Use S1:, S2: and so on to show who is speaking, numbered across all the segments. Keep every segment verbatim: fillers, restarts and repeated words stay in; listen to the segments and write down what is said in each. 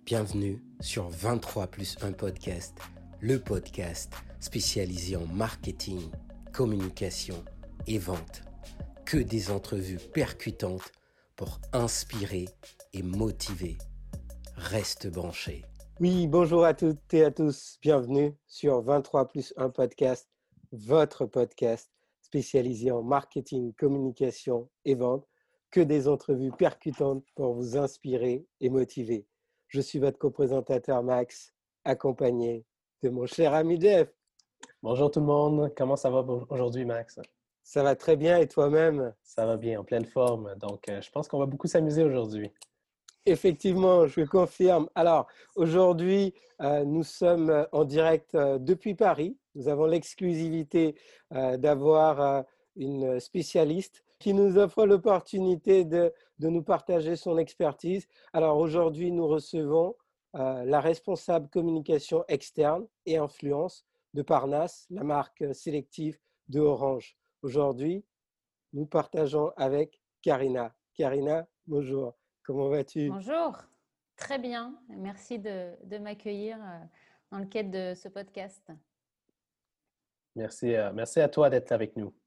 S1: Bienvenue sur vingt-trois plus un podcast, le podcast spécialisé en marketing, communication et vente. Que des entrevues percutantes pour inspirer et motiver. Reste branché. Oui, bonjour à toutes et à tous. Bienvenue sur vingt-trois plus un podcast, votre podcast spécialisé en marketing, communication et vente. Que des entrevues percutantes pour vous inspirer et motiver. Je suis votre coprésentateur Max, accompagné de mon cher ami Jeff.
S2: Bonjour tout le monde, comment ça va aujourd'hui Max?
S1: Ça va très bien et toi-même?
S2: Ça va bien, en pleine forme. Donc, euh, je pense qu'on va beaucoup s'amuser aujourd'hui.
S1: Effectivement, je confirme. Alors, aujourd'hui, euh, nous sommes en direct euh, depuis Paris. Nous avons l'exclusivité euh, d'avoir euh, une spécialiste qui nous offre l'opportunité de, de nous partager son expertise. Alors, aujourd'hui, nous recevons euh, la responsable communication externe et influence de Parnasse, la marque sélective de Orange. Aujourd'hui, nous partageons avec Karina. Karina, bonjour. Comment vas-tu?
S3: Bonjour, très bien. Merci de, de m'accueillir dans le cadre de ce podcast.
S2: Merci, euh, merci à toi d'être avec nous.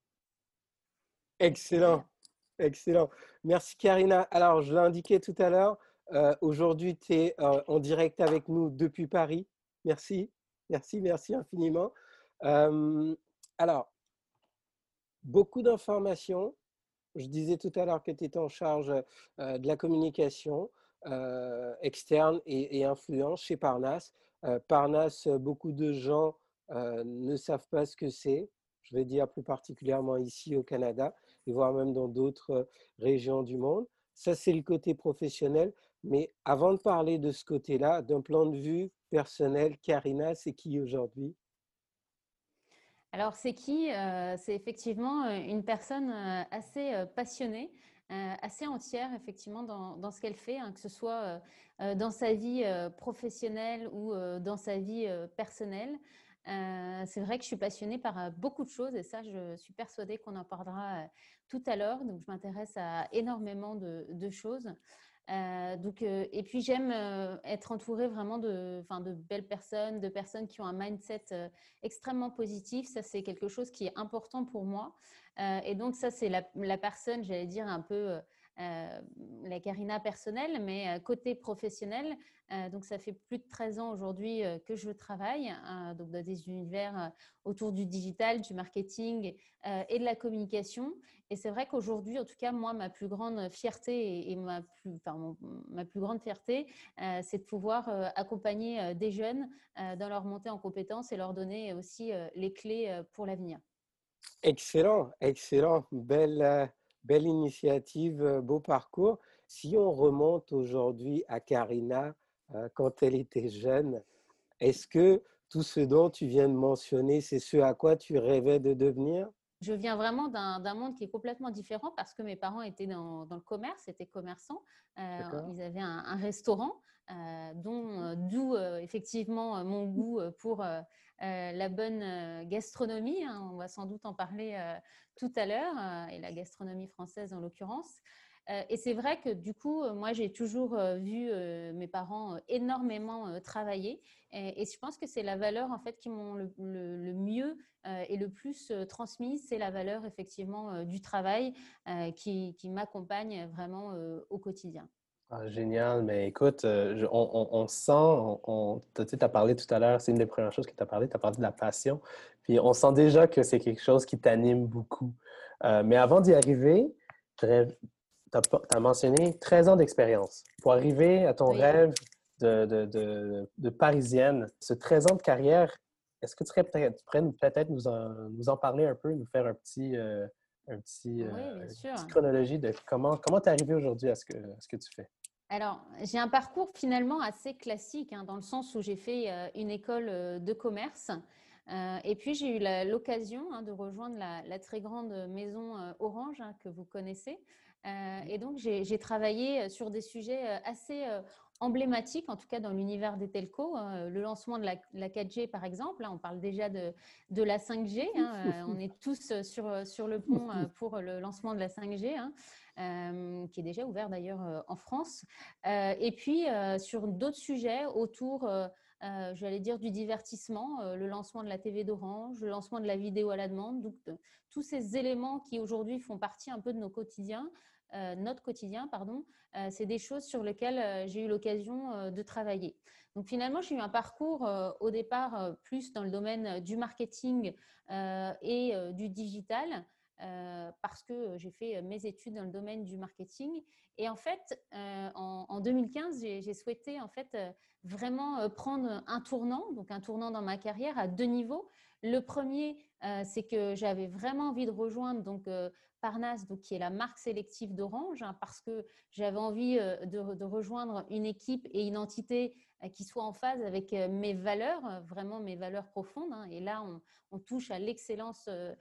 S1: Excellent, excellent. Merci Karina. Alors, je l'ai indiqué tout à l'heure, euh, aujourd'hui, tu es euh, en direct avec nous depuis Paris. Merci, merci, merci infiniment. Euh, alors, beaucoup d'informations. Je disais tout à l'heure que tu étais en charge euh, de la communication euh, externe et, et influence chez Parnasse. Euh, Parnasse, beaucoup de gens euh, ne savent pas ce que c'est. Je vais dire plus particulièrement ici au Canada et voire même dans d'autres régions du monde. Ça, c'est le côté professionnel. Mais avant de parler de ce côté-là, d'un plan de vue personnel, Karina, c'est qui aujourd'hui?
S3: Alors, c'est qui? euh, C'est effectivement une personne euh, assez euh, passionnée, euh, assez entière, effectivement, dans, dans ce qu'elle fait, hein, que ce soit euh, euh, dans sa vie euh, professionnelle ou euh, dans sa vie euh, personnelle. Euh, c'est vrai que je suis passionnée par euh, beaucoup de choses et ça, je suis persuadée qu'on en parlera euh, tout à l'heure. Donc, je m'intéresse à énormément de, de choses. Euh, donc, euh, et puis, j'aime euh, être entourée vraiment de, enfin, de belles personnes, de personnes qui ont un mindset euh, extrêmement positif. Ça, c'est quelque chose qui est important pour moi. Euh, et donc, ça, c'est la, la personne, j'allais dire, un peu euh, la Karina personnelle, mais euh, côté professionnel. Euh, donc, ça fait plus de treize ans aujourd'hui euh, que je travaille euh, donc dans des univers euh, autour du digital, du marketing euh, et de la communication. Et c'est vrai qu'aujourd'hui, en tout cas, moi, ma plus grande fierté et, et ma, plus, enfin, mon, ma plus grande fierté, euh, c'est de pouvoir euh, accompagner euh, des jeunes euh, dans leur montée en compétences et leur donner aussi euh, les clés euh, pour l'avenir.
S1: Excellent, excellent. Belle, euh, belle initiative, euh, beau parcours. Si on remonte aujourd'hui à Karina, euh, quand elle était jeune, est-ce que tout ce dont tu viens de mentionner, c'est ce à quoi tu rêvais de devenir?
S3: Je viens vraiment d'un, d'un monde qui est complètement différent parce que mes parents étaient dans, dans le commerce, étaient commerçants. Euh,
S1: D'accord.
S3: ils avaient un, un restaurant, euh, dont, euh, d'où euh, effectivement euh, mon goût euh, pour euh, euh, la bonne euh, gastronomie, hein. On va sans doute en parler euh, tout à l'heure, euh, et la gastronomie française en l'occurrence. Euh, et c'est vrai que du coup, euh, moi, j'ai toujours euh, vu euh, mes parents euh, énormément euh, travailler. Et, et je pense que c'est la valeur en fait qui m'ont le, le, le mieux euh, et le plus euh, transmise, c'est la valeur effectivement euh, du travail euh, qui, qui m'accompagne vraiment euh, au quotidien.
S2: Ah, génial, mais écoute, euh, je- on, on- on sent, on, on- tu as parlé tout à l'heure, c'est une des premières choses que tu as parlé, tu as parlé de la passion, puis on sent déjà que c'est quelque chose qui t'anime beaucoup. Euh, mais avant d'y arriver, tu as mentionné treize ans d'expérience. Pour arriver à ton
S3: Oui.
S2: rêve de, de, de, de Parisienne, ce treize ans de carrière, est-ce que tu serais peut-être, tu pourrais peut-être nous en, nous en parler un peu, nous faire un petit, euh, un petit, euh,
S3: Oui, bien
S2: une
S3: sûr.
S2: petite chronologie de comment comment tu es arrivé aujourd'hui à ce que, à ce que tu fais?
S3: Alors, j'ai un parcours finalement assez classique, hein, dans le sens où j'ai fait euh, une école euh, de commerce. Euh, et puis, j'ai eu la- l'occasion hein, de rejoindre la, la très grande maison euh, Orange, hein, que vous connaissez. Euh, et donc, j'ai j'ai travaillé sur des sujets euh, assez euh, emblématique, en tout cas dans l'univers des telcos. Hein, le lancement de la, la quatre G, par exemple, hein, on parle déjà de, de la cinq G. Hein, on est tous sur, sur le pont pour le lancement de la cinq G, hein, euh, qui est déjà ouvert d'ailleurs en France. Euh, et puis, euh, sur d'autres sujets autour, euh, euh, j'allais dire, du divertissement, euh, le lancement de la T V d'Orange, le lancement de la vidéo à la demande. Donc, de, tous ces éléments qui aujourd'hui font partie un peu de nos quotidiens, euh, notre quotidien, pardon, euh, c'est des choses sur lesquelles euh, j'ai eu l'occasion euh, de travailler. Donc finalement, j'ai eu un parcours euh, au départ euh, plus dans le domaine du marketing euh, et euh, du digital euh, parce que j'ai fait mes études dans le domaine du marketing. Et en fait, euh, en, en deux mille quinze, j'ai, j'ai souhaité en fait euh, vraiment euh, prendre un tournant, donc un tournant dans ma carrière à deux niveaux. Le premier, euh, c'est que j'avais vraiment envie de rejoindre donc euh, Parnasse, donc, qui est la marque sélective d'Orange, hein, parce que j'avais envie euh, de, de rejoindre une équipe et une entité euh, qui soit en phase avec euh, mes valeurs, euh, vraiment mes valeurs profondes. Hein, et là, on, on touche à l'excellence, euh,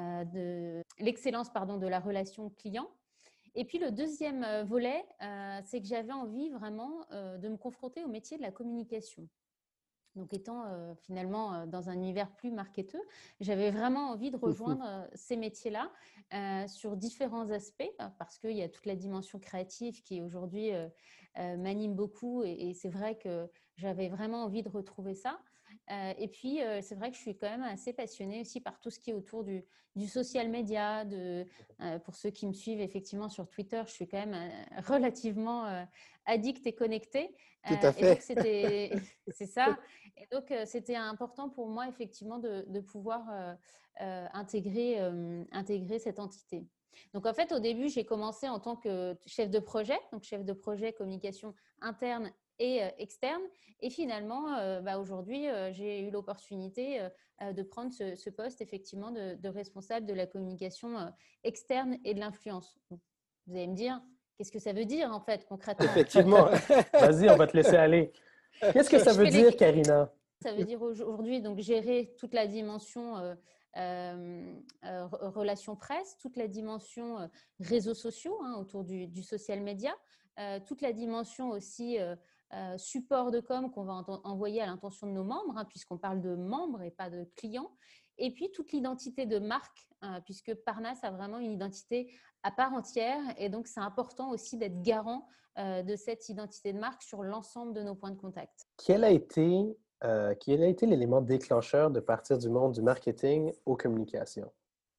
S3: de, l'excellence pardon, de la relation client. Et puis le deuxième volet, euh, c'est que j'avais envie vraiment euh, de me confronter au métier de la communication. Donc, étant euh, finalement euh, dans un univers plus marketeux, j'avais vraiment envie de rejoindre euh, ces métiers-là euh, sur différents aspects, parce qu'il y a toute la dimension créative qui aujourd'hui euh, euh, m'anime beaucoup, et, et c'est vrai que j'avais vraiment envie de retrouver ça. Euh, et puis, euh, c'est vrai que je suis quand même assez passionnée aussi par tout ce qui est autour du, du social media. De, euh, pour ceux qui me suivent effectivement sur Twitter, je suis quand même euh, relativement euh, addict et connectée.
S1: Tout à
S3: Euh, et donc,
S1: fait.
S3: c'était, c'est ça. Et donc, euh, c'était important pour moi, effectivement, de, de pouvoir euh, euh, intégrer, euh, intégrer cette entité. Donc, en fait, au début, j'ai commencé en tant que chef de projet, donc chef de projet communication interne et euh, externe. Et finalement, euh, bah, aujourd'hui, euh, j'ai eu l'opportunité euh, de prendre ce, ce poste, effectivement, de, de responsable de la communication euh, externe et de l'influence. Vous allez me dire, qu'est-ce que ça veut dire, en fait, concrètement?
S1: Effectivement.
S2: Vas-y, on va te laisser aller. Qu'est-ce que ça
S3: Je
S2: veut
S3: fais
S2: dire,
S3: les...
S2: Karina?
S3: Ça veut dire aujourd'hui donc gérer toute la dimension euh, euh, euh, relations presse, toute la dimension euh, réseaux sociaux hein, autour du, du social media, euh, toute la dimension aussi euh, euh, support de com qu'on va envoyer à l'intention de nos membres, hein, puisqu'on parle de membres et pas de clients, et puis toute l'identité de marque, hein, puisque Parnasse a vraiment une identité à part entière, et donc c'est important aussi d'être garant euh, de cette identité de marque sur l'ensemble de nos points de contact.
S2: Quel a été, euh, quel a été l'élément déclencheur de partir du monde du marketing aux communications?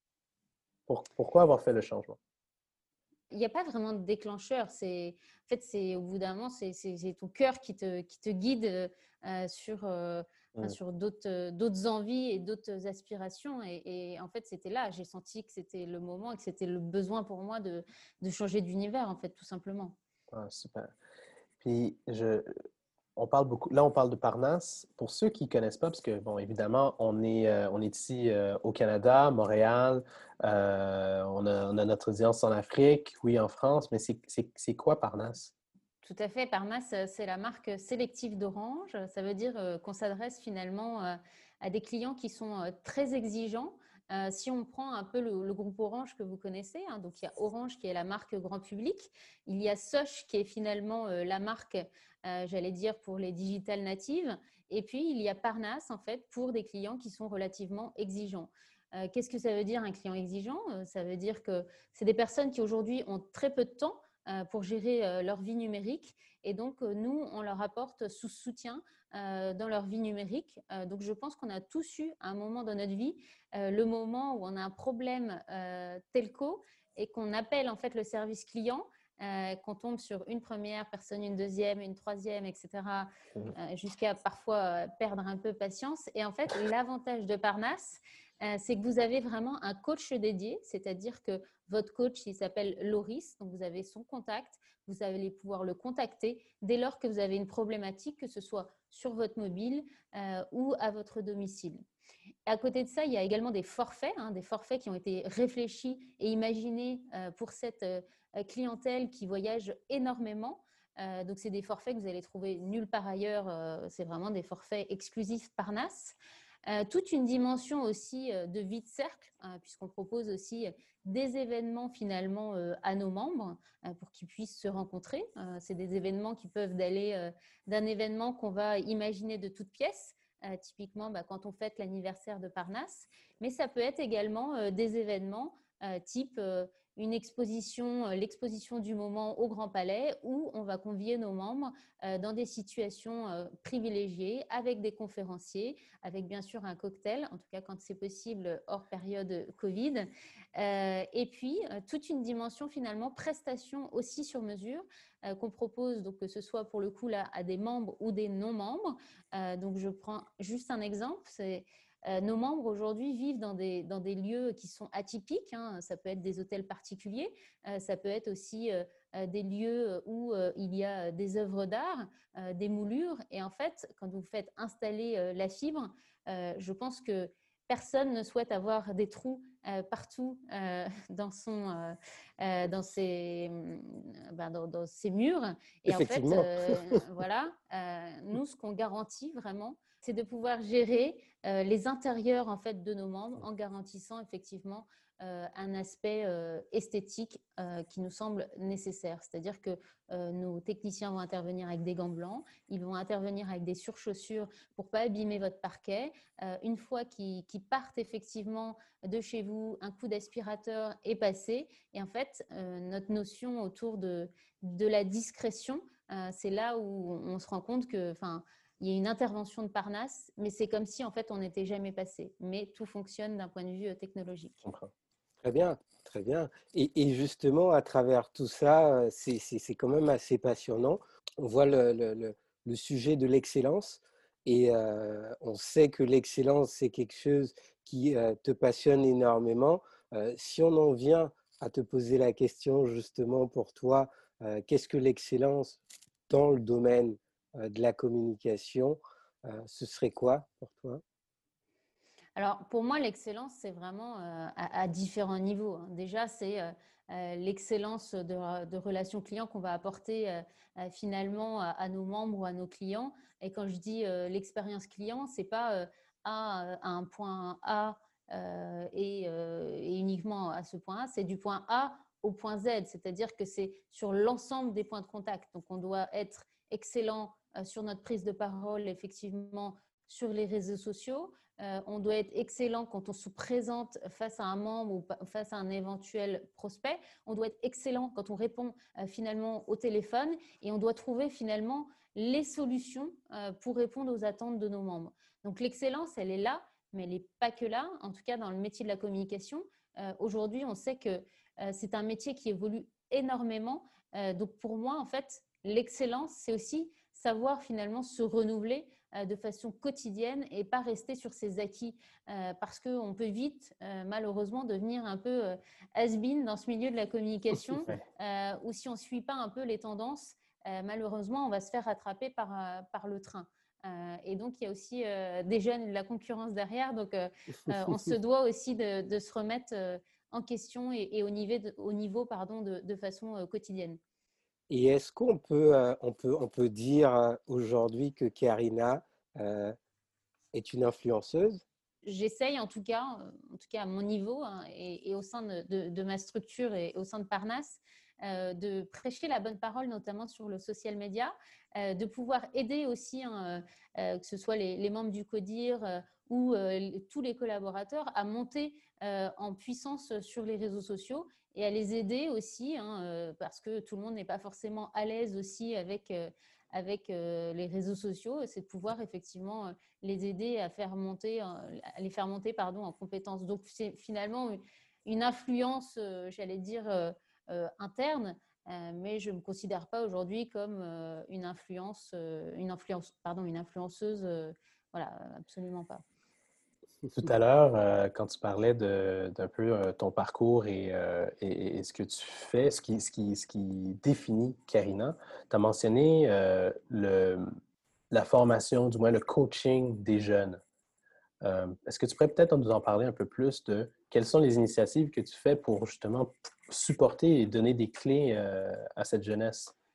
S2: Pour, pourquoi avoir fait le changement?
S3: Il n'y a pas vraiment de déclencheur. C'est, en fait, c'est au bout d'un moment, c'est, c'est, c'est ton cœur qui te, qui te guide euh, sur, euh, enfin,
S2: Mm.
S3: sur d'autres, euh, d'autres envies et d'autres aspirations. Et, et en fait, c'était là. J'ai senti que c'était le moment et que c'était le besoin pour moi de, de changer d'univers, en fait, tout simplement.
S2: Ah, super. Puis, je, on parle beaucoup, là, on parle de Parnasse. Pour ceux qui ne connaissent pas, parce que, bon, évidemment, on est, euh, on est ici euh, au Canada, Montréal, euh, on a, on a notre audience en Afrique, oui, en France, mais c'est, c'est, c'est quoi Parnasse?
S3: Tout à fait. Parnasse, c'est la marque sélective d'Orange. Ça veut dire euh, qu'on s'adresse finalement euh, à des clients qui sont euh, très exigeants. Euh, si on prend un peu le, le groupe Orange que vous connaissez, hein, donc il y a Orange qui est la marque grand public, il y a Soch qui est finalement euh, la marque, euh, j'allais dire, pour les digital natives, et puis il y a Parnasse en fait pour des clients qui sont relativement exigeants. Euh, qu'est-ce que ça veut dire un client exigeant? Euh, Ça veut dire que c'est des personnes qui aujourd'hui ont très peu de temps pour gérer leur vie numérique. Et donc, nous, on leur apporte sous soutien dans leur vie numérique. Donc, je pense qu'on a tous eu à un moment dans notre vie le moment où on a un problème telco et qu'on appelle en fait le service client, euh, qu'on tombe sur une première personne, une deuxième, une troisième, et cetera, euh, jusqu'à parfois perdre un peu patience. Et en fait, l'avantage de Parnasse, euh, c'est que vous avez vraiment un coach dédié, c'est-à-dire que votre coach, il s'appelle Loris, donc vous avez son contact, vous allez pouvoir le contacter dès lors que vous avez une problématique, que ce soit sur votre mobile euh, ou à votre domicile. À côté de ça, il y a également des forfaits, hein, des forfaits qui ont été réfléchis et imaginés euh, pour cette euh, clientèle qui voyage énormément. Euh, donc, c'est des forfaits que vous allez trouver nulle part ailleurs. Euh, c'est vraiment des forfaits exclusifs Parnasse. Euh, toute une dimension aussi euh, de vie de cercle, hein, puisqu'on propose aussi des événements finalement euh, à nos membres euh, pour qu'ils puissent se rencontrer. Euh, c'est des événements qui peuvent aller euh, d'un événement qu'on va imaginer de toutes pièces, euh, typiquement bah, quand on fête l'anniversaire de Parnasse, mais ça peut être également euh, des événements euh, type euh, une exposition, euh, l'exposition du moment au Grand Palais, où on va convier nos membres euh, dans des situations euh, privilégiées avec des conférenciers, avec bien sûr un cocktail, en tout cas quand c'est possible hors période Covid. Euh, et puis, euh, toute une dimension finalement prestation aussi sur mesure euh, qu'on propose, donc que ce soit pour le coup là à des membres ou des non-membres. Euh, donc, je prends juste un exemple, c'est euh, nos membres aujourd'hui vivent dans des, dans des lieux qui sont atypiques, hein. Ça peut être des hôtels particuliers, euh, ça peut être aussi euh, euh, des lieux où euh, il y a des œuvres d'art, euh, des moulures. Et en fait, quand vous faites installer euh, la fibre, euh, je pense que personne ne souhaite avoir des trous euh, partout euh, dans, son, euh, euh, dans, ses, ben, dans, dans ses murs. Et en fait,
S1: Effectivement.
S3: euh, voilà, euh, nous, ce qu'on garantit vraiment, c'est de pouvoir gérer euh, les intérieurs en fait, de nos membres en garantissant effectivement euh, un aspect euh, esthétique euh, qui nous semble nécessaire. C'est-à-dire que euh, nos techniciens vont intervenir avec des gants blancs, ils vont intervenir avec des surchaussures pour ne pas abîmer votre parquet. Euh, une fois qu'ils, qu'ils partent effectivement de chez vous, un coup d'aspirateur est passé. Et en fait, euh, notre notion autour de, de la discrétion, euh, c'est là où on se rend compte que, enfin, il y a une intervention de Parnasse, mais c'est comme si en fait on n'était jamais passé. Mais tout fonctionne d'un point de vue technologique.
S2: Je comprends.
S1: Très bien, très bien. Et, et justement, à travers tout ça, c'est, c'est, c'est quand même assez passionnant. On voit le, le, le, le sujet de l'excellence et euh, on sait que l'excellence, c'est quelque chose qui euh, te passionne énormément. Euh, si on en vient à te poser la question justement pour toi, euh, qu'est-ce que l'excellence dans le domaine euh, de la communication, euh, ce serait quoi pour toi?
S3: Alors, pour moi, l'excellence, c'est vraiment euh, à, à différents niveaux, hein. Déjà, c'est euh, euh, l'excellence de, de relations clients qu'on va apporter euh, euh, finalement à, à nos membres ou à nos clients. Et quand je dis euh, l'expérience client, c'est pas euh, à, à un point A euh, et, euh, et uniquement à ce point A, c'est du point A au point Z, c'est-à-dire que c'est sur l'ensemble des points de contact. Donc, on doit être excellent euh, sur notre prise de parole, effectivement, sur les réseaux sociaux. Euh, on doit être excellent quand on se présente face à un membre ou face à un éventuel prospect. On doit être excellent quand on répond euh, finalement au téléphone et on doit trouver finalement les solutions euh, pour répondre aux attentes de nos membres. Donc l'excellence, elle est là, mais elle n'est pas que là. En tout cas, dans le métier de la communication, euh, aujourd'hui, on sait que euh, c'est un métier qui évolue énormément. Euh, donc pour moi, en fait, l'excellence, c'est aussi savoir finalement se renouveler de façon quotidienne et pas rester sur ses acquis euh, parce qu'on peut vite euh, malheureusement devenir un peu euh, has-been dans ce milieu de la communication euh, ou si on ne suit pas un peu les tendances, euh, malheureusement on va se faire rattraper par, euh, par le train. Euh, et donc il y a aussi euh, des jeunes, de la concurrence derrière, donc euh, euh, on se doit aussi de, de se remettre euh, en question et, et au niveau, de, au niveau pardon, de, de façon euh, quotidienne.
S1: Et est-ce qu'on peut, euh, on peut, on peut dire euh, aujourd'hui que Karina euh, est une influenceuse?
S3: J'essaye en tout cas, en tout cas à mon niveau hein, et, et au sein de, de, de ma structure et au sein de Parnasse, euh, de prêcher la bonne parole, notamment sur le social media, euh, de pouvoir aider aussi, hein, euh, que ce soit les, les membres du CODIR euh, ou euh, tous les collaborateurs, à monter euh, en puissance sur les réseaux sociaux et à les aider aussi, hein, euh, parce que tout le monde n'est pas forcément à l'aise aussi avec, euh, avec euh, les réseaux sociaux, c'est de pouvoir effectivement euh, les aider à faire monter, à les faire monter pardon, en compétences. Donc, c'est finalement une influence, euh, j'allais dire, euh, euh, interne, euh, mais je ne me considère pas aujourd'hui comme euh, une influence, euh, une influence, pardon, une influenceuse. Euh, voilà, absolument pas.
S2: Tout à l'heure, euh, quand tu parlais de, d'un peu euh, ton parcours et, euh, et, et ce que tu fais, ce qui, ce qui, ce qui définit Karina, tu as mentionné euh, le, la formation, du moins le coaching des jeunes. Euh, est-ce que tu pourrais peut-être nous en parler un peu plus de quelles sont les initiatives que tu fais pour justement supporter et donner des clés euh, à cette jeunesse?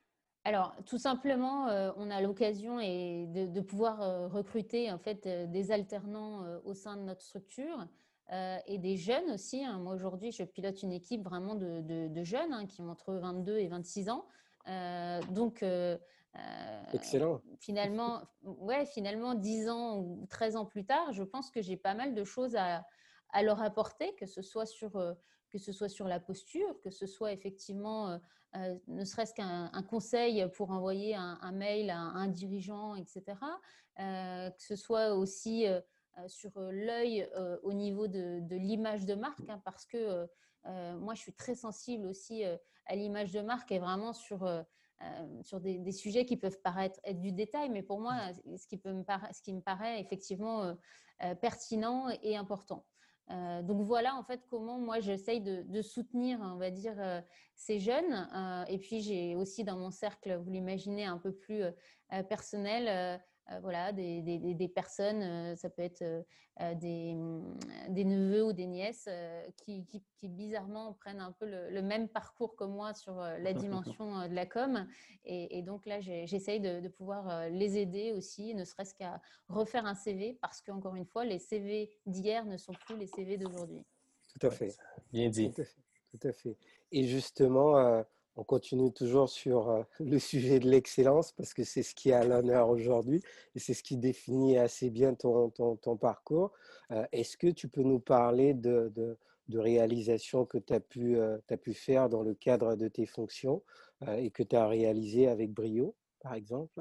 S3: Alors, tout simplement, euh, on a l'occasion et de, de pouvoir euh, recruter en fait euh, des alternants euh, au sein de notre structure euh, et des jeunes aussi. Hein. Moi, aujourd'hui, je pilote une équipe vraiment de, de- de jeunes hein, qui ont entre vingt-deux et vingt-six ans. Euh, donc, euh, euh,
S1: Excellent.
S3: finalement, ouais, finalement, dix ans ou treize ans plus tard, je pense que j'ai pas mal de choses à, à leur apporter, que ce soit sur, euh, que ce soit sur la posture, que ce soit effectivement euh, euh, ne serait-ce qu'un un conseil pour envoyer un, un mail à un dirigeant, et cetera. Euh, que ce soit aussi euh, sur l'œil euh, au niveau de, de l'image de marque, hein, parce que euh, moi, je suis très sensible aussi euh, à l'image de marque et vraiment sur, euh, euh, sur des, des sujets qui peuvent paraître être du détail, mais pour moi, ce qui, peut me para- ce qui me paraît effectivement euh, euh, pertinent et important. Euh, donc voilà en fait comment moi j'essaye de, de soutenir, on va dire, euh, ces jeunes. Euh, et puis j'ai aussi dans mon cercle, vous l'imaginez, un peu plus euh, personnel, euh, euh, voilà, des, des, des personnes, euh, ça peut être euh, des, des neveux ou des nièces euh, qui, qui, qui bizarrement prennent un peu le, le même parcours que moi sur euh, la dimension euh, de la com. Et, et donc là, j'essaye de, de pouvoir euh, les aider aussi, ne serait-ce qu'à refaire un C V, parce qu'encore une fois, les C V d'hier ne sont plus les C V d'aujourd'hui.
S1: Tout à
S2: Ouais,
S1: fait.
S2: bien dit.
S1: Tout à fait. Tout à fait. Et justement, euh, on continue toujours sur euh, le sujet de l'excellence parce que c'est ce qui est à l'honneur aujourd'hui et c'est ce qui définit assez bien ton, ton, ton parcours. Euh, est-ce que tu peux nous parler de, de, de réalisations que tu as pu, euh, t'as pu faire dans le cadre de tes fonctions euh, et que tu as réalisées avec brio, par exemple?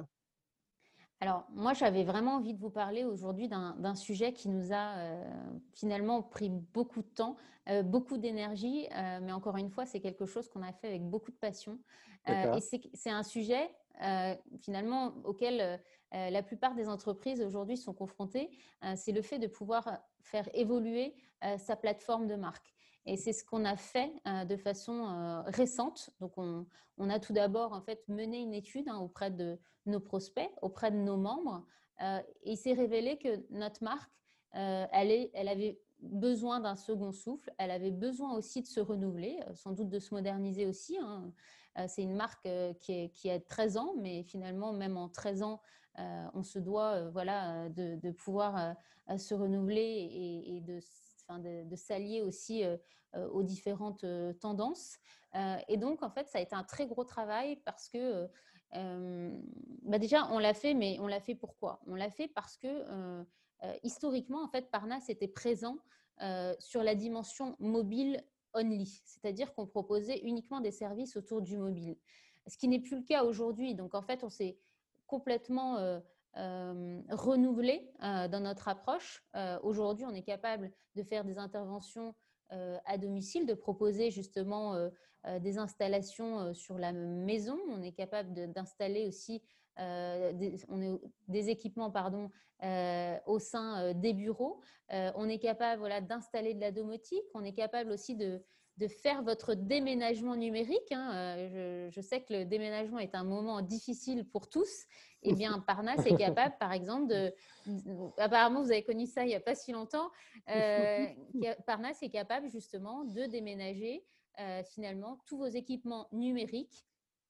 S3: Alors, moi, j'avais vraiment envie de vous parler aujourd'hui d'un d'un sujet qui nous a euh, finalement pris beaucoup de temps, euh, beaucoup d'énergie, euh, mais encore une fois, c'est quelque chose qu'on a fait avec beaucoup de passion. Euh, et
S1: D'accord.
S3: c'est c'est un sujet euh, finalement auquel euh, la plupart des entreprises aujourd'hui sont confrontées. Euh, c'est le fait de pouvoir faire évoluer euh, sa plateforme de marque. Et c'est ce qu'on a fait euh, de façon euh, récente. Donc, on, on a tout d'abord en fait mené une étude hein, auprès de nos prospects, auprès de nos membres. Euh, et il s'est révélé que notre marque, euh, elle, est, elle avait besoin d'un second souffle, elle avait besoin aussi de se renouveler, euh, sans doute de se moderniser aussi. Hein. Euh, c'est une marque euh, qui, est, qui a treize ans, mais finalement, même en treize ans, euh, on se doit euh, voilà, de, de pouvoir euh, se renouveler et, et de, enfin, de, de s'allier aussi euh, aux différentes euh, tendances. Euh, et donc, en fait, ça a été un très gros travail parce que euh, bah déjà, on l'a fait, mais on l'a fait pourquoi? On l'a fait parce que euh, euh, historiquement, en fait, Parnasse était présent euh, sur la dimension mobile only, c'est-à-dire qu'on proposait uniquement des services autour du mobile, ce qui n'est plus le cas aujourd'hui. Donc, en fait, on s'est complètement euh, euh, renouvelé euh, dans notre approche. Euh, aujourd'hui, on est capable de faire des interventions euh, à domicile, de proposer justement euh, euh, des installations euh, sur la maison. On est capable de, d'installer aussi euh, des, on est, des équipements pardon, euh, au sein euh, des bureaux. Euh, on est capable voilà, d'installer de la domotique. On est capable aussi de, de faire votre déménagement numérique. Hein. Euh, je, je sais que le déménagement est un moment difficile pour tous. Eh bien, Parnasse est capable, par exemple, de, apparemment, vous avez connu ça il n'y a pas si longtemps, euh, Parnasse est capable justement de déménager euh, finalement tous vos équipements numériques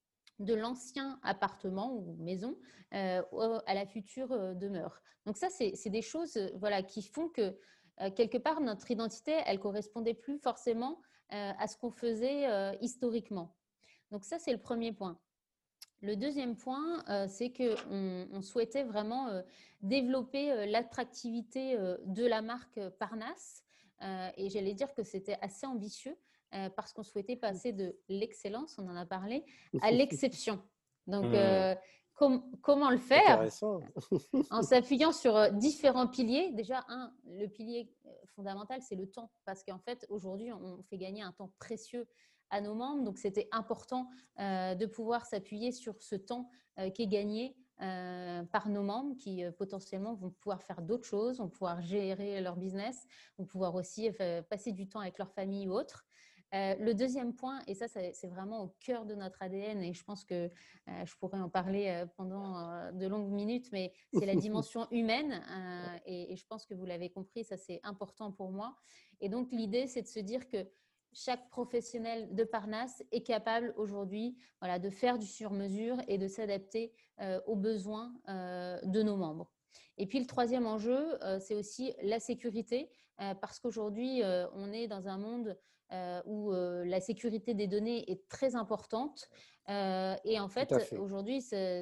S3: de l'ancien appartement ou maison euh, à la future euh, demeure. Donc ça, c'est, c'est des choses euh, voilà, qui font que euh, quelque part, notre identité, elle correspondait plus forcément euh, à ce qu'on faisait euh, historiquement. Donc ça, c'est le premier point. Le deuxième point, euh, c'est qu'on on souhaitait vraiment euh, développer euh, l'attractivité euh, de la marque Parnasse. Euh, et j'allais dire que c'était assez ambitieux euh, parce qu'on souhaitait passer de l'excellence, on en a parlé, à l'exception. Donc,
S2: Hmm.
S3: euh, com- comment le faire?
S1: Intéressant.
S3: En s'appuyant sur euh, différents piliers. Déjà, un, le pilier euh, fondamental, c'est le temps. Parce qu'en fait, aujourd'hui, on fait gagner un temps précieux à nos membres. Donc, c'était important euh, de pouvoir s'appuyer sur ce temps euh, qui est gagné euh, par nos membres qui euh, potentiellement vont pouvoir faire d'autres choses, vont pouvoir gérer leur business, vont pouvoir aussi euh, passer du temps avec leur famille ou autre. Euh, le deuxième point, et ça, c'est vraiment au cœur de notre A D N, et je pense que euh, je pourrais en parler euh, pendant euh, de longues minutes, mais c'est la dimension humaine, euh, et, et je pense que vous l'avez compris, ça c'est important pour moi. Et donc l'idée, c'est de se dire que chaque professionnel de Parnasse est capable aujourd'hui voilà, de faire du sur-mesure et de s'adapter euh, aux besoins euh, de nos membres. Et puis, le troisième enjeu, euh, c'est aussi la sécurité, euh, parce qu'aujourd'hui, euh, on est dans un monde euh, où euh, la sécurité des données est très importante. Euh, et en fait, aujourd'hui,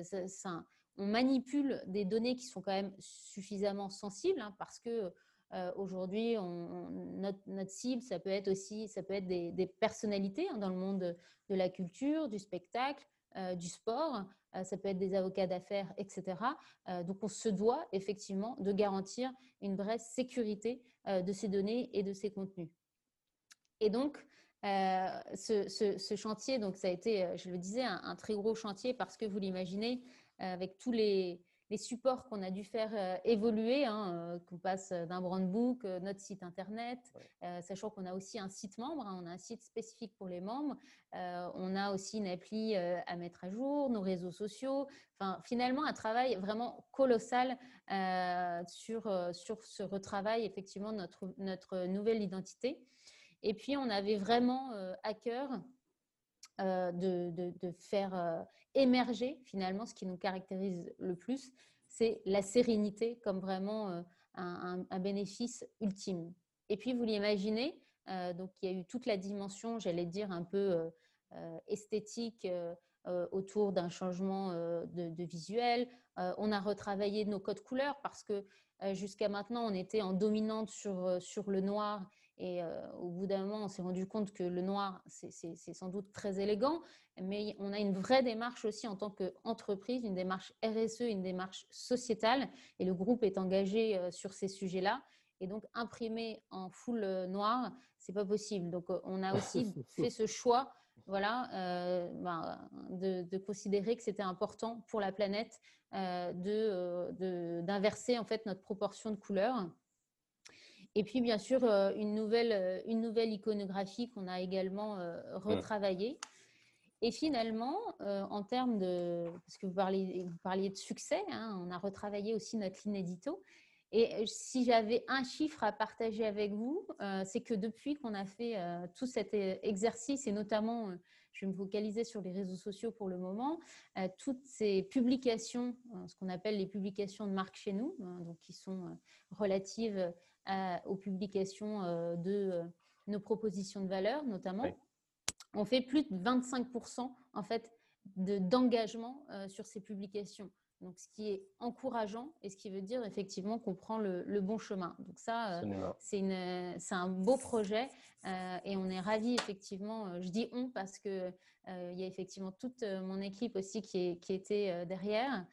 S3: on manipule des données qui sont quand même suffisamment sensibles, hein, parce que Euh, aujourd'hui, notre, notre cible, ça peut être aussi ça peut être des, des personnalités hein, dans le monde de, de la culture, du spectacle, euh, du sport. Euh, ça peut être des avocats d'affaires, et cetera. Euh, donc, on se doit effectivement de garantir une vraie sécurité euh, de ces données et de ces contenus. Et donc, euh, ce, ce, ce chantier, donc ça a été, je le disais, un, un très gros chantier parce que vous l'imaginez, euh, avec tous les les supports qu'on a dû faire euh, évoluer, hein, euh, qu'on passe d'un brand book, euh, notre site internet, euh, sachant qu'on a aussi un site membre, hein, on a un site spécifique pour les membres, euh, on a aussi une appli euh, à mettre à jour, nos réseaux sociaux, enfin finalement un travail vraiment colossal euh, sur, euh, sur ce retravail effectivement de notre, notre nouvelle identité. Et puis on avait vraiment euh, à cœur Euh, de, de, de faire euh, émerger finalement ce qui nous caractérise le plus, c'est la sérénité comme vraiment euh, un, un, un bénéfice ultime. Et puis vous l'imaginez, euh, donc il y a eu toute la dimension, j'allais dire un peu euh, euh, esthétique euh, euh, autour d'un changement euh, de, de visuel. Euh, on a retravaillé nos codes couleurs parce que euh, jusqu'à maintenant on était en dominante sur, sur le noir. Et euh, au bout d'un moment, on s'est rendu compte que le noir, c'est sans doute très élégant, mais on a une vraie démarche aussi en tant qu'entreprise, une démarche R S E, une démarche sociétale. Et le groupe est engagé euh, sur ces sujets-là. Et donc, imprimer en full noir, ce n'est pas possible. Donc, on a aussi fait ce choix voilà, euh, ben, de, de considérer que c'était important pour la planète euh, d'inverser en fait, notre proportion de couleurs. Et puis, bien sûr, une nouvelle, une nouvelle iconographie qu'on a également retravaillée. Et finalement, euh, en termes de… Parce que vous parliez, vous parliez de succès, hein, on a retravaillé aussi notre ligne édito. Et si j'avais un chiffre à partager avec vous, euh, c'est que depuis qu'on a fait euh, tout cet exercice, et notamment, euh, je vais me focaliser sur les réseaux sociaux pour le moment, euh, toutes ces publications, euh, ce qu'on appelle les publications de marque chez nous, hein, donc qui sont euh, relatives à, aux publications euh, de euh, nos propositions de valeur, notamment, oui. On fait plus de vingt-cinq pour cent en fait, d'engagement euh, sur ces publications. Donc, ce qui est encourageant et ce qui veut dire effectivement qu'on prend le, le bon chemin. Donc ça, euh, c'est un beau projet euh, et on est ravis effectivement. Euh, je dis on parce qu'il euh, y a effectivement toute mon équipe aussi qui, est, qui était euh, derrière,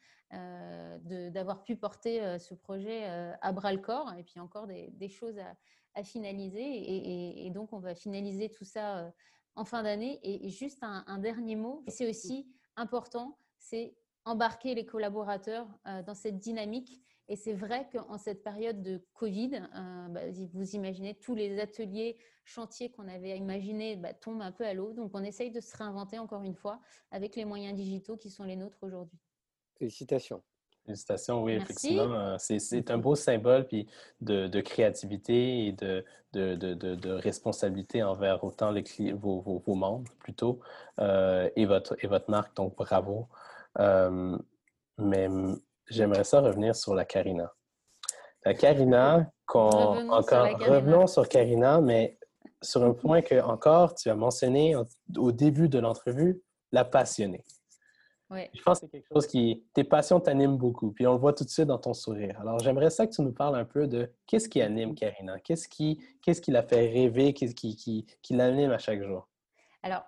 S3: euh, d'avoir pu porter euh, ce projet euh, à bras-le-corps et puis encore des, des choses à, à finaliser. Et, et, et donc, on va finaliser tout ça euh, en fin d'année. Et, et juste un, un dernier mot, c'est aussi important, c'est embarquer les collaborateurs euh, dans cette dynamique. Et c'est vrai qu'en cette période de Covid, euh, bah, vous imaginez tous les ateliers, chantiers qu'on avait imaginés bah, tombent un peu à l'eau. Donc, on essaye de se réinventer encore une fois avec les moyens digitaux qui sont les nôtres aujourd'hui.
S1: Félicitations.
S2: Félicitations, oui, Merci. Effectivement. C'est un beau symbole puis de, de créativité et de, de, de, de, de responsabilité envers autant les, vos, vos, vos membres plutôt euh, et, votre, et votre marque. Donc, bravo. Euh, mais j'aimerais ça revenir sur la Karina. La Karina,
S3: revenons,
S2: encore,
S3: sur la Karina.
S2: revenons sur Karina, mais sur un point que encore tu as mentionné au début de l'entrevue, la passionnée.
S3: Ouais.
S2: Je pense que c'est quelque chose qui, tes passions t'animent beaucoup, puis on le voit tout de suite dans ton sourire. Alors, j'aimerais ça que tu nous parles un peu de qu'est-ce qui anime Karina? Qu'est-ce qui, qu'est-ce qui la fait rêver? Qu'est-ce qui, qui, qui l'anime à chaque jour?
S3: Alors,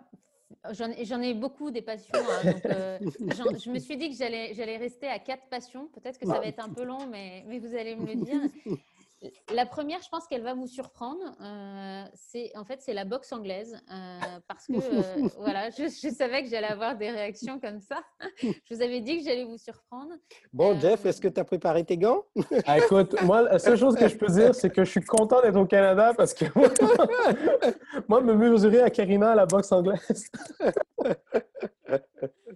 S3: j'en ai beaucoup des passions. Hein, donc, euh, je me suis dit que j'allais rester à quatre passions. Peut-être que ça va être un peu long, mais, mais vous allez me le dire. La première, je pense qu'elle va vous surprendre. Euh, c'est en fait c'est la boxe anglaise euh, parce que euh, voilà, je, je savais que j'allais avoir des réactions comme ça. Je vous avais dit que j'allais vous surprendre.
S1: Bon, euh... Jeff, est-ce que tu as préparé tes gants?
S2: Ah, écoute, moi, la seule chose que je peux dire, c'est que je suis content d'être au Canada parce que moi, moi me mesurer à Karina à la boxe anglaise.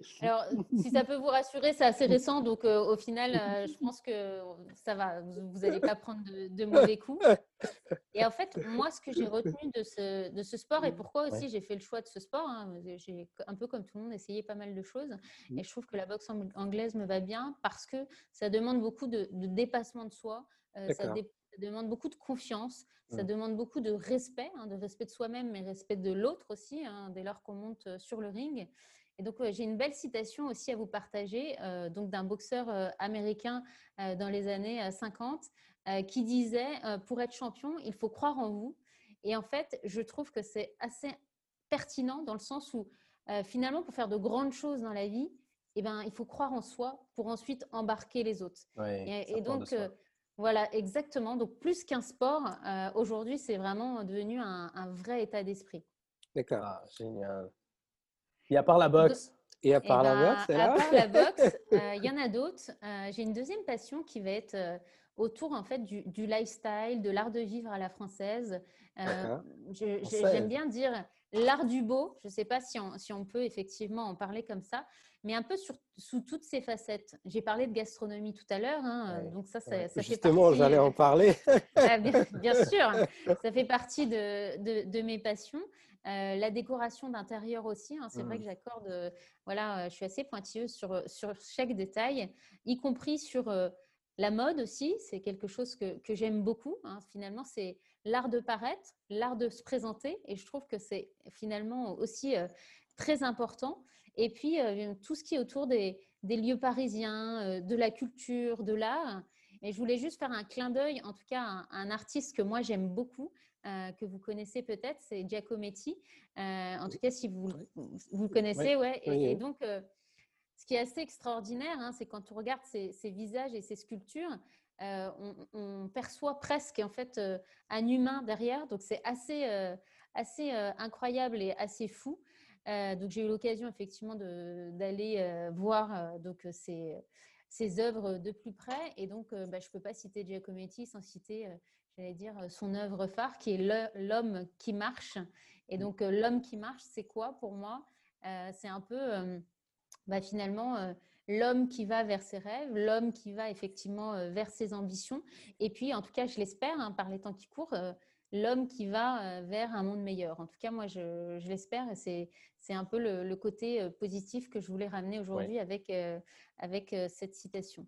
S3: Alors, si ça peut vous rassurer, c'est assez récent, donc euh, au final, euh, je pense que ça va, vous n'allez pas prendre de, de mauvais coups. Et en fait, moi, ce que j'ai retenu de ce, de ce sport et pourquoi aussi
S2: Ouais.
S3: j'ai fait le choix de ce sport, hein, j'ai un peu comme tout le monde essayé pas mal de choses et je trouve que la boxe ang- anglaise me va bien parce que ça demande beaucoup de, de dépassement de soi, euh, ça,
S1: D'accord.
S3: dé- ça demande beaucoup de confiance, ça
S2: Mm.
S3: demande beaucoup de respect, hein, de respect de soi-même, mais respect de l'autre aussi, hein, dès lors qu'on monte euh, sur le ring. Et donc, euh, j'ai une belle citation aussi à vous partager, euh, donc d'un boxeur euh, américain euh, dans les années euh, cinquante euh, qui disait euh, pour être champion, il faut croire en vous. Et en fait, je trouve que c'est assez pertinent dans le sens où euh, finalement, pour faire de grandes choses dans la vie, eh ben, il faut croire en soi pour ensuite embarquer les autres.
S2: Ouais, ça
S3: Et, et
S2: part de
S3: donc, euh,
S2: soi.
S3: voilà, exactement. Donc, plus qu'un sport, euh, aujourd'hui, c'est vraiment devenu un, un vrai état d'esprit.
S1: D'accord.
S2: Ah, génial. Et à part la
S3: Do-
S2: boxe,
S1: Et à
S3: Eh
S1: part la
S3: ben,
S1: boxe, c'est
S3: à
S1: là?
S3: part la boxe, euh, il y en a d'autres. Euh, j'ai une deuxième passion qui va être euh, autour en fait du, du lifestyle, de l'art de vivre à la française. Euh,
S1: D'accord.
S3: je- je- j'aime
S2: française.
S3: bien dire l'art du beau. Je ne sais pas si on, si on peut effectivement en parler comme ça, mais un peu sur- sous toutes ses facettes. J'ai parlé de gastronomie tout à l'heure, hein,
S2: Ouais,
S3: donc ça, ça,
S2: ouais.
S3: ça fait
S1: Justement,
S3: partie.
S1: j'allais
S3: euh,
S1: en parler.
S3: ah, bien, bien sûr, ça fait partie de, de- de mes passions. Euh, la décoration d'intérieur aussi, hein, c'est vrai
S2: Mm.
S3: que j'accorde, euh, voilà, euh, je suis assez pointilleuse sur, sur chaque détail, y compris sur euh, la mode aussi. C'est quelque chose que, que j'aime beaucoup, hein. Finalement, c'est l'art de paraître, l'art de se présenter, et je trouve que c'est finalement aussi euh, très important. Et puis, euh, tout ce qui est autour des, des lieux parisiens, euh, de la culture, de l'art. Et je voulais juste faire un clin d'œil, en tout cas, à un, un artiste que moi j'aime beaucoup, euh, que vous connaissez peut-être, c'est Giacometti. Euh, en tout cas, si vous,
S1: Oui,
S3: vous le
S2: Oui.
S3: connaissez, ouais.
S1: oui,
S3: Et, et
S1: oui.
S3: donc, euh, ce qui est assez extraordinaire, hein, c'est quand on regarde ces, ces visages et ces sculptures, euh, on, on perçoit presque en fait euh, un humain derrière. Donc, c'est assez, euh, assez euh, incroyable et assez fou. Euh, donc, j'ai eu l'occasion effectivement de- d'aller euh, voir euh, donc, ces, ces œuvres de plus près. Et donc, euh, bah, je ne peux pas citer Giacometti sans citer, euh, j'allais dire, son œuvre phare qui est le- L'homme qui marche. Et donc, euh, l'homme qui marche, c'est quoi pour moi? Euh, c'est un peu euh, bah, finalement euh, l'homme qui va vers ses rêves, l'homme qui va effectivement euh, vers ses ambitions. Et puis, en tout cas, je l'espère, hein, par les temps qui courent, euh, l'homme qui va euh, vers un monde meilleur. En tout cas, moi, je, je l'espère et c'est, c'est un peu le, le côté euh, positif que je voulais ramener
S2: Ouais.
S3: aujourd'hui avec, euh, avec euh, cette citation.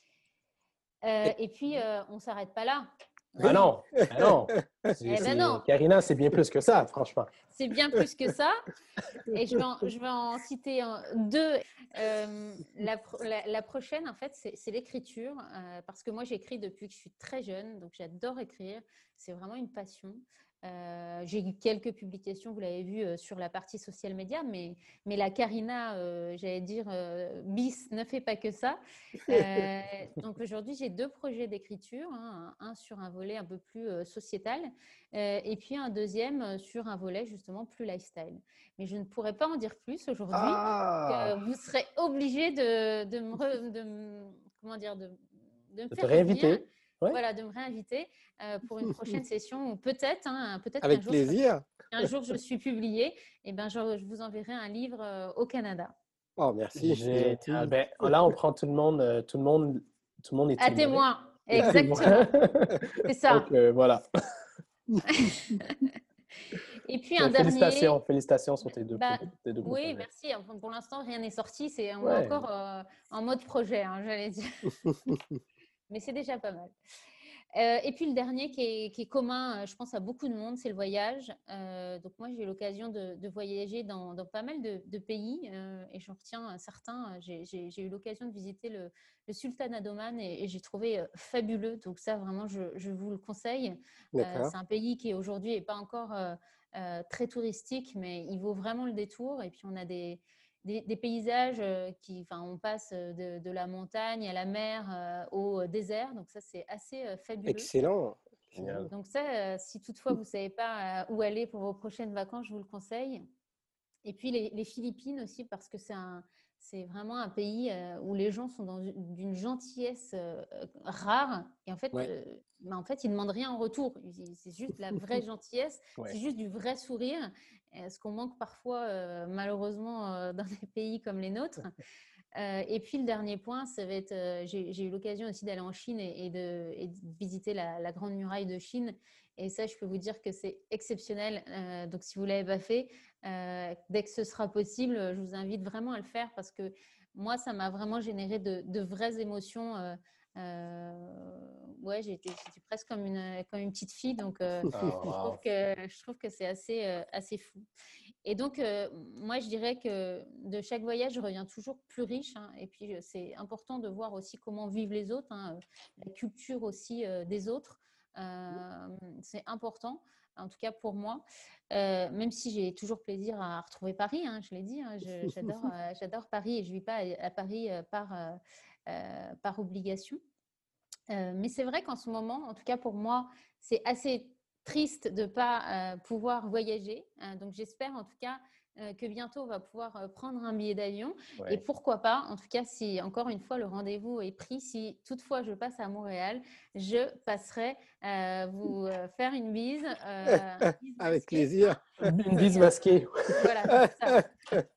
S3: Euh,
S1: Et-
S3: et puis, euh, on ne s'arrête pas là.
S2: Ah
S3: Hein.
S2: non, ah non. C'est,
S3: Eh ben
S2: c'est-
S3: non,
S2: Karina, c'est bien plus que ça, franchement.
S3: c'est bien plus que ça. Et je vais en, je vais en citer euh, deux. Euh, la, la, la prochaine, en fait, c'est, c'est l'écriture. Euh, parce que moi, j'écris depuis que je suis très jeune. Donc, j'adore écrire. C'est vraiment une passion. Euh, j'ai eu quelques publications, vous l'avez vu, euh, sur la partie social media. Mais, mais la Karina, euh, j'allais dire, euh, bis, ne fait pas que ça. Euh, donc, aujourd'hui, j'ai deux projets d'écriture. Hein, un sur un volet un peu plus euh, sociétal. Euh, et puis, un deuxième sur un volet, justement, plus lifestyle. Mais je ne pourrais pas en dire plus aujourd'hui.
S2: Ah!
S3: Vous serez obligé de, de, me, re, de, me, comment dire, de, de me
S2: De te
S3: faire revenir,
S2: réinviter. Oui.
S3: voilà, de me réinviter euh, pour une prochaine session ou peut-être, hein, peut-être qu'un
S1: Avec
S3: jour, je,
S1: plaisir.
S3: un jour je suis publiée, et ben je, je vous enverrai un livre euh, au Canada.
S1: Oh, merci, c'est
S2: Génial.
S1: gentil.
S2: Ben, là, on prend tout le monde, euh, tout le monde, tout le monde est
S3: À
S2: témoin.
S3: témoin,
S2: Et témoin.
S3: exactement, c'est
S2: Donc,
S3: ça.
S2: euh, voilà.
S3: Et puis un
S2: Ben,
S3: dernier,
S2: félicitations, félicitations sur tes deux, pro-
S3: bah,
S2: tes deux
S3: oui,
S2: projets.
S3: merci. Enfin, pour l'instant, rien n'est sorti. C'est, on est
S2: Ouais.
S3: encore euh, en mode projet, hein, j'allais dire. Mais c'est déjà pas mal. Euh, et puis le dernier qui est, qui est commun, euh, je pense, à beaucoup de monde, c'est le voyage. Euh, donc moi, j'ai eu l'occasion de, de voyager dans, dans pas mal de, de pays euh, et j'en retiens certains. J'ai, j'ai, j'ai eu l'occasion de visiter le, le Sultanat d'Oman et, et j'ai trouvé euh, fabuleux. Donc ça, vraiment, je, je vous le conseille. Euh,
S1: D'accord.
S3: c'est un pays qui aujourd'hui n'est pas encore euh, euh, très touristique, mais il vaut vraiment le détour. Et puis on a des des, des paysages euh, qui, enfin, on passe de, de la montagne à la mer euh, au désert, donc ça c'est assez euh, fabuleux.
S1: Excellent.
S2: Génial.
S3: Donc ça, euh, si toutefois vous ne savez pas euh, où aller pour vos prochaines vacances, je vous le conseille. Et puis les, les Philippines aussi, parce que c'est un, c'est vraiment un pays euh, où les gens sont dans une- d'une gentillesse euh, euh, rare. Et en fait,
S1: Ouais.
S3: euh, bah, en fait, ils ne demandent rien en retour. Ils- C'est juste la vraie gentillesse,
S2: Ouais.
S3: c'est juste du vrai sourire, euh, ce qu'on manque parfois, euh, malheureusement, euh, dans des pays comme les nôtres. Euh, et puis, le dernier point, ça va être, euh, j'ai j'ai eu l'occasion aussi d'aller en Chine et, et de, et de visiter la, la Grande Muraille de Chine. Et ça, je peux vous dire que c'est exceptionnel. Euh, donc, si vous ne l'avez pas fait, euh, dès que ce sera possible, je vous invite vraiment à le faire parce que moi, ça m'a vraiment généré de, de vraies émotions. Euh, euh, ouais, j'étais presque comme une, comme une petite fille. Donc, euh,
S2: Oh,
S3: je trouve
S2: wow.
S3: que, je trouve que c'est assez, euh, assez fou. Et donc, euh, moi, je dirais que de chaque voyage, je reviens toujours plus riche. Hein, et puis, euh, c'est important de voir aussi comment vivent les autres, hein, la culture aussi euh, des autres. Euh, c'est important, en tout cas pour moi. Euh, même si j'ai toujours plaisir à retrouver Paris, hein, je l'ai dit, hein, je- j'adore, euh, j'adore Paris et je ne vis pas à, à Paris euh, par, euh, euh, par obligation. Euh, mais c'est vrai qu'en ce moment, en tout cas pour moi, c'est assez triste de ne pas euh, pouvoir voyager. Euh, donc j'espère en tout cas euh, que bientôt on va pouvoir euh, prendre un billet d'avion.
S2: Ouais.
S3: Et pourquoi pas, en tout cas si encore une fois le rendez-vous est pris, si toutefois je passe à Montréal, je passerai euh, vous euh, faire une bise. Euh, une bise
S1: Avec
S3: masquée,
S1: plaisir.
S3: hein.
S2: Une bise masquée.
S3: Voilà, c'est ça.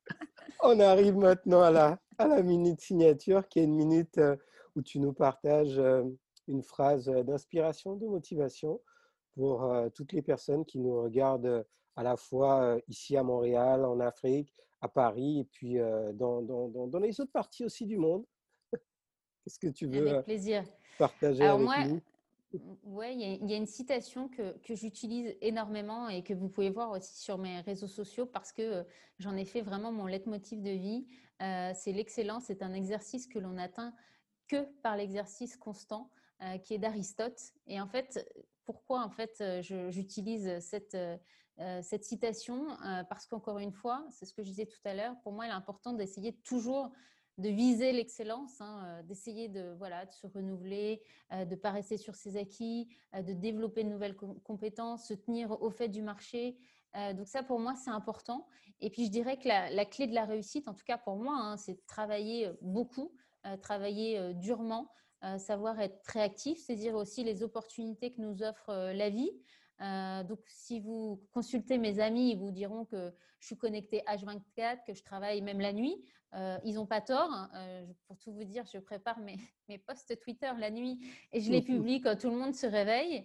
S1: On arrive maintenant à la, à la minute signature, qui est une minute euh, où tu nous partages euh, une phrase euh, d'inspiration, de motivation pour euh, toutes les personnes qui nous regardent euh, à la fois euh, ici à Montréal, en Afrique, à Paris, et puis euh, dans, dans, dans, dans les autres parties aussi du monde. Qu'est-ce que tu veux euh,
S3: Avec plaisir.
S1: partager
S3: Alors
S1: avec
S3: moi,
S1: nous?
S3: ouais, il y, a- il y a une citation que, que j'utilise énormément et que vous pouvez voir aussi sur mes réseaux sociaux parce que euh, j'en ai fait vraiment mon leitmotiv de vie. Euh, c'est l'excellence, c'est un exercice que l'on atteint que par l'exercice constant, euh, qui est d'Aristote. Et en fait, pourquoi en fait euh, je- j'utilise cette, euh, euh, cette citation? Euh, parce qu'encore une fois, c'est ce que je disais tout à l'heure, pour moi, il est important d'essayer toujours de viser l'excellence, hein, euh, d'essayer de, voilà, de se renouveler, euh, de ne pas rester sur ses acquis, euh, de développer de nouvelles com- compétences, se tenir au fait du marché. Euh, donc ça, pour moi, c'est important. Et puis, je dirais que la, la clé de la réussite, en tout cas pour moi, hein, c'est de travailler beaucoup, euh, travailler euh, durement, euh, savoir être très actif, saisir aussi les opportunités que nous offre euh, la vie. Euh, donc, si vous consultez mes amis, ils vous diront que je suis connectée H vingt-quatre, que je travaille même la nuit. Euh, ils n'ont pas tort. Hein. Euh, pour tout vous dire, je prépare mes, mes posts Twitter la nuit et je les publie quand tout le monde se réveille.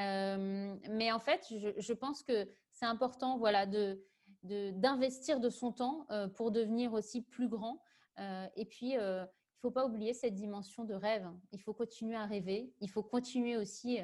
S3: Euh, mais en fait, je, je pense que c'est important, voilà, de, de, d'investir de son temps euh, pour devenir aussi plus grand. Euh, et puis, euh, il ne faut pas oublier cette dimension de rêve. Il faut continuer à rêver. Il faut continuer aussi euh,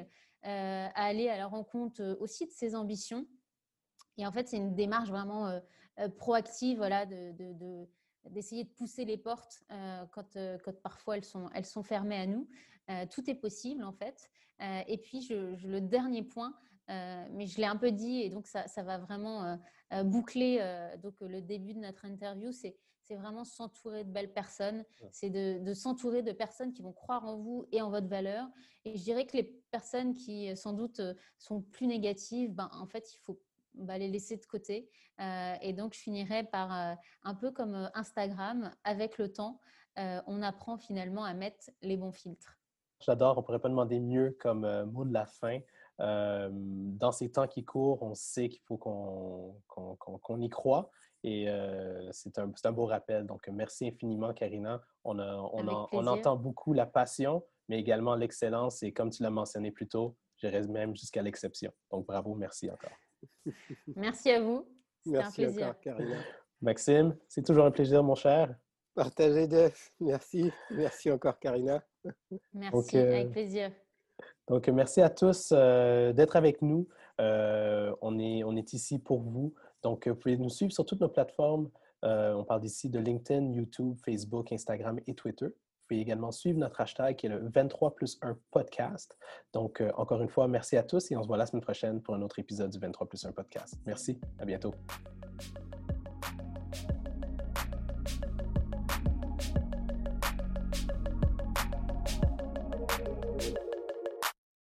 S3: à aller à la rencontre aussi de ses ambitions. Et en fait, c'est une démarche vraiment euh, euh, proactive, voilà, de, de, de, d'essayer de pousser les portes euh, quand, euh, quand parfois elles sont, elles sont fermées à nous. Euh, tout est possible, en fait. Euh, et puis, je, je, le dernier point, euh, mais je l'ai un peu dit, et donc ça, ça va vraiment euh, boucler euh, donc, le début de notre interview, c'est c'est vraiment s'entourer de belles personnes, c'est de, de s'entourer de personnes qui vont croire en vous et en votre valeur. Et je dirais que les personnes qui, sans doute, sont plus négatives, ben, en fait, il faut bah, les laisser de côté. Euh, et donc, je finirai par, euh, un peu comme Instagram, avec le temps, euh, on apprend finalement à mettre les bons filtres.
S2: J'adore, on ne pourrait pas demander mieux comme euh, mot de la fin. Euh, dans ces temps qui courent, on sait qu'il faut qu'on qu'on, qu'on, qu'on y croit et euh, c'est un, c'est un beau rappel. Donc, merci infiniment, Karina. On, a, on, a, on entend beaucoup la passion, mais également l'excellence et comme tu l'as mentionné plus tôt, j'irais même jusqu'à l'exception. Donc, bravo, merci encore.
S3: Merci à vous. C'était un
S1: Merci
S3: plaisir.
S1: encore, Karina.
S2: Maxime, c'est toujours un plaisir, mon cher.
S1: Partagez, Jeff. Merci. Merci encore, Karina.
S3: Merci,
S2: donc, euh,
S3: avec plaisir.
S2: Donc, merci à tous euh, d'être avec nous. Euh, on est, on est ici pour vous. Donc, vous pouvez nous suivre sur toutes nos plateformes. Euh, on parle ici de LinkedIn, YouTube, Facebook, Instagram et Twitter. Vous pouvez également suivre notre hashtag qui est le vingt-trois plus un podcast. Donc, euh, encore une fois, merci à tous et on se voit la semaine prochaine pour un autre épisode du vingt-trois plus un podcast. Merci, à bientôt.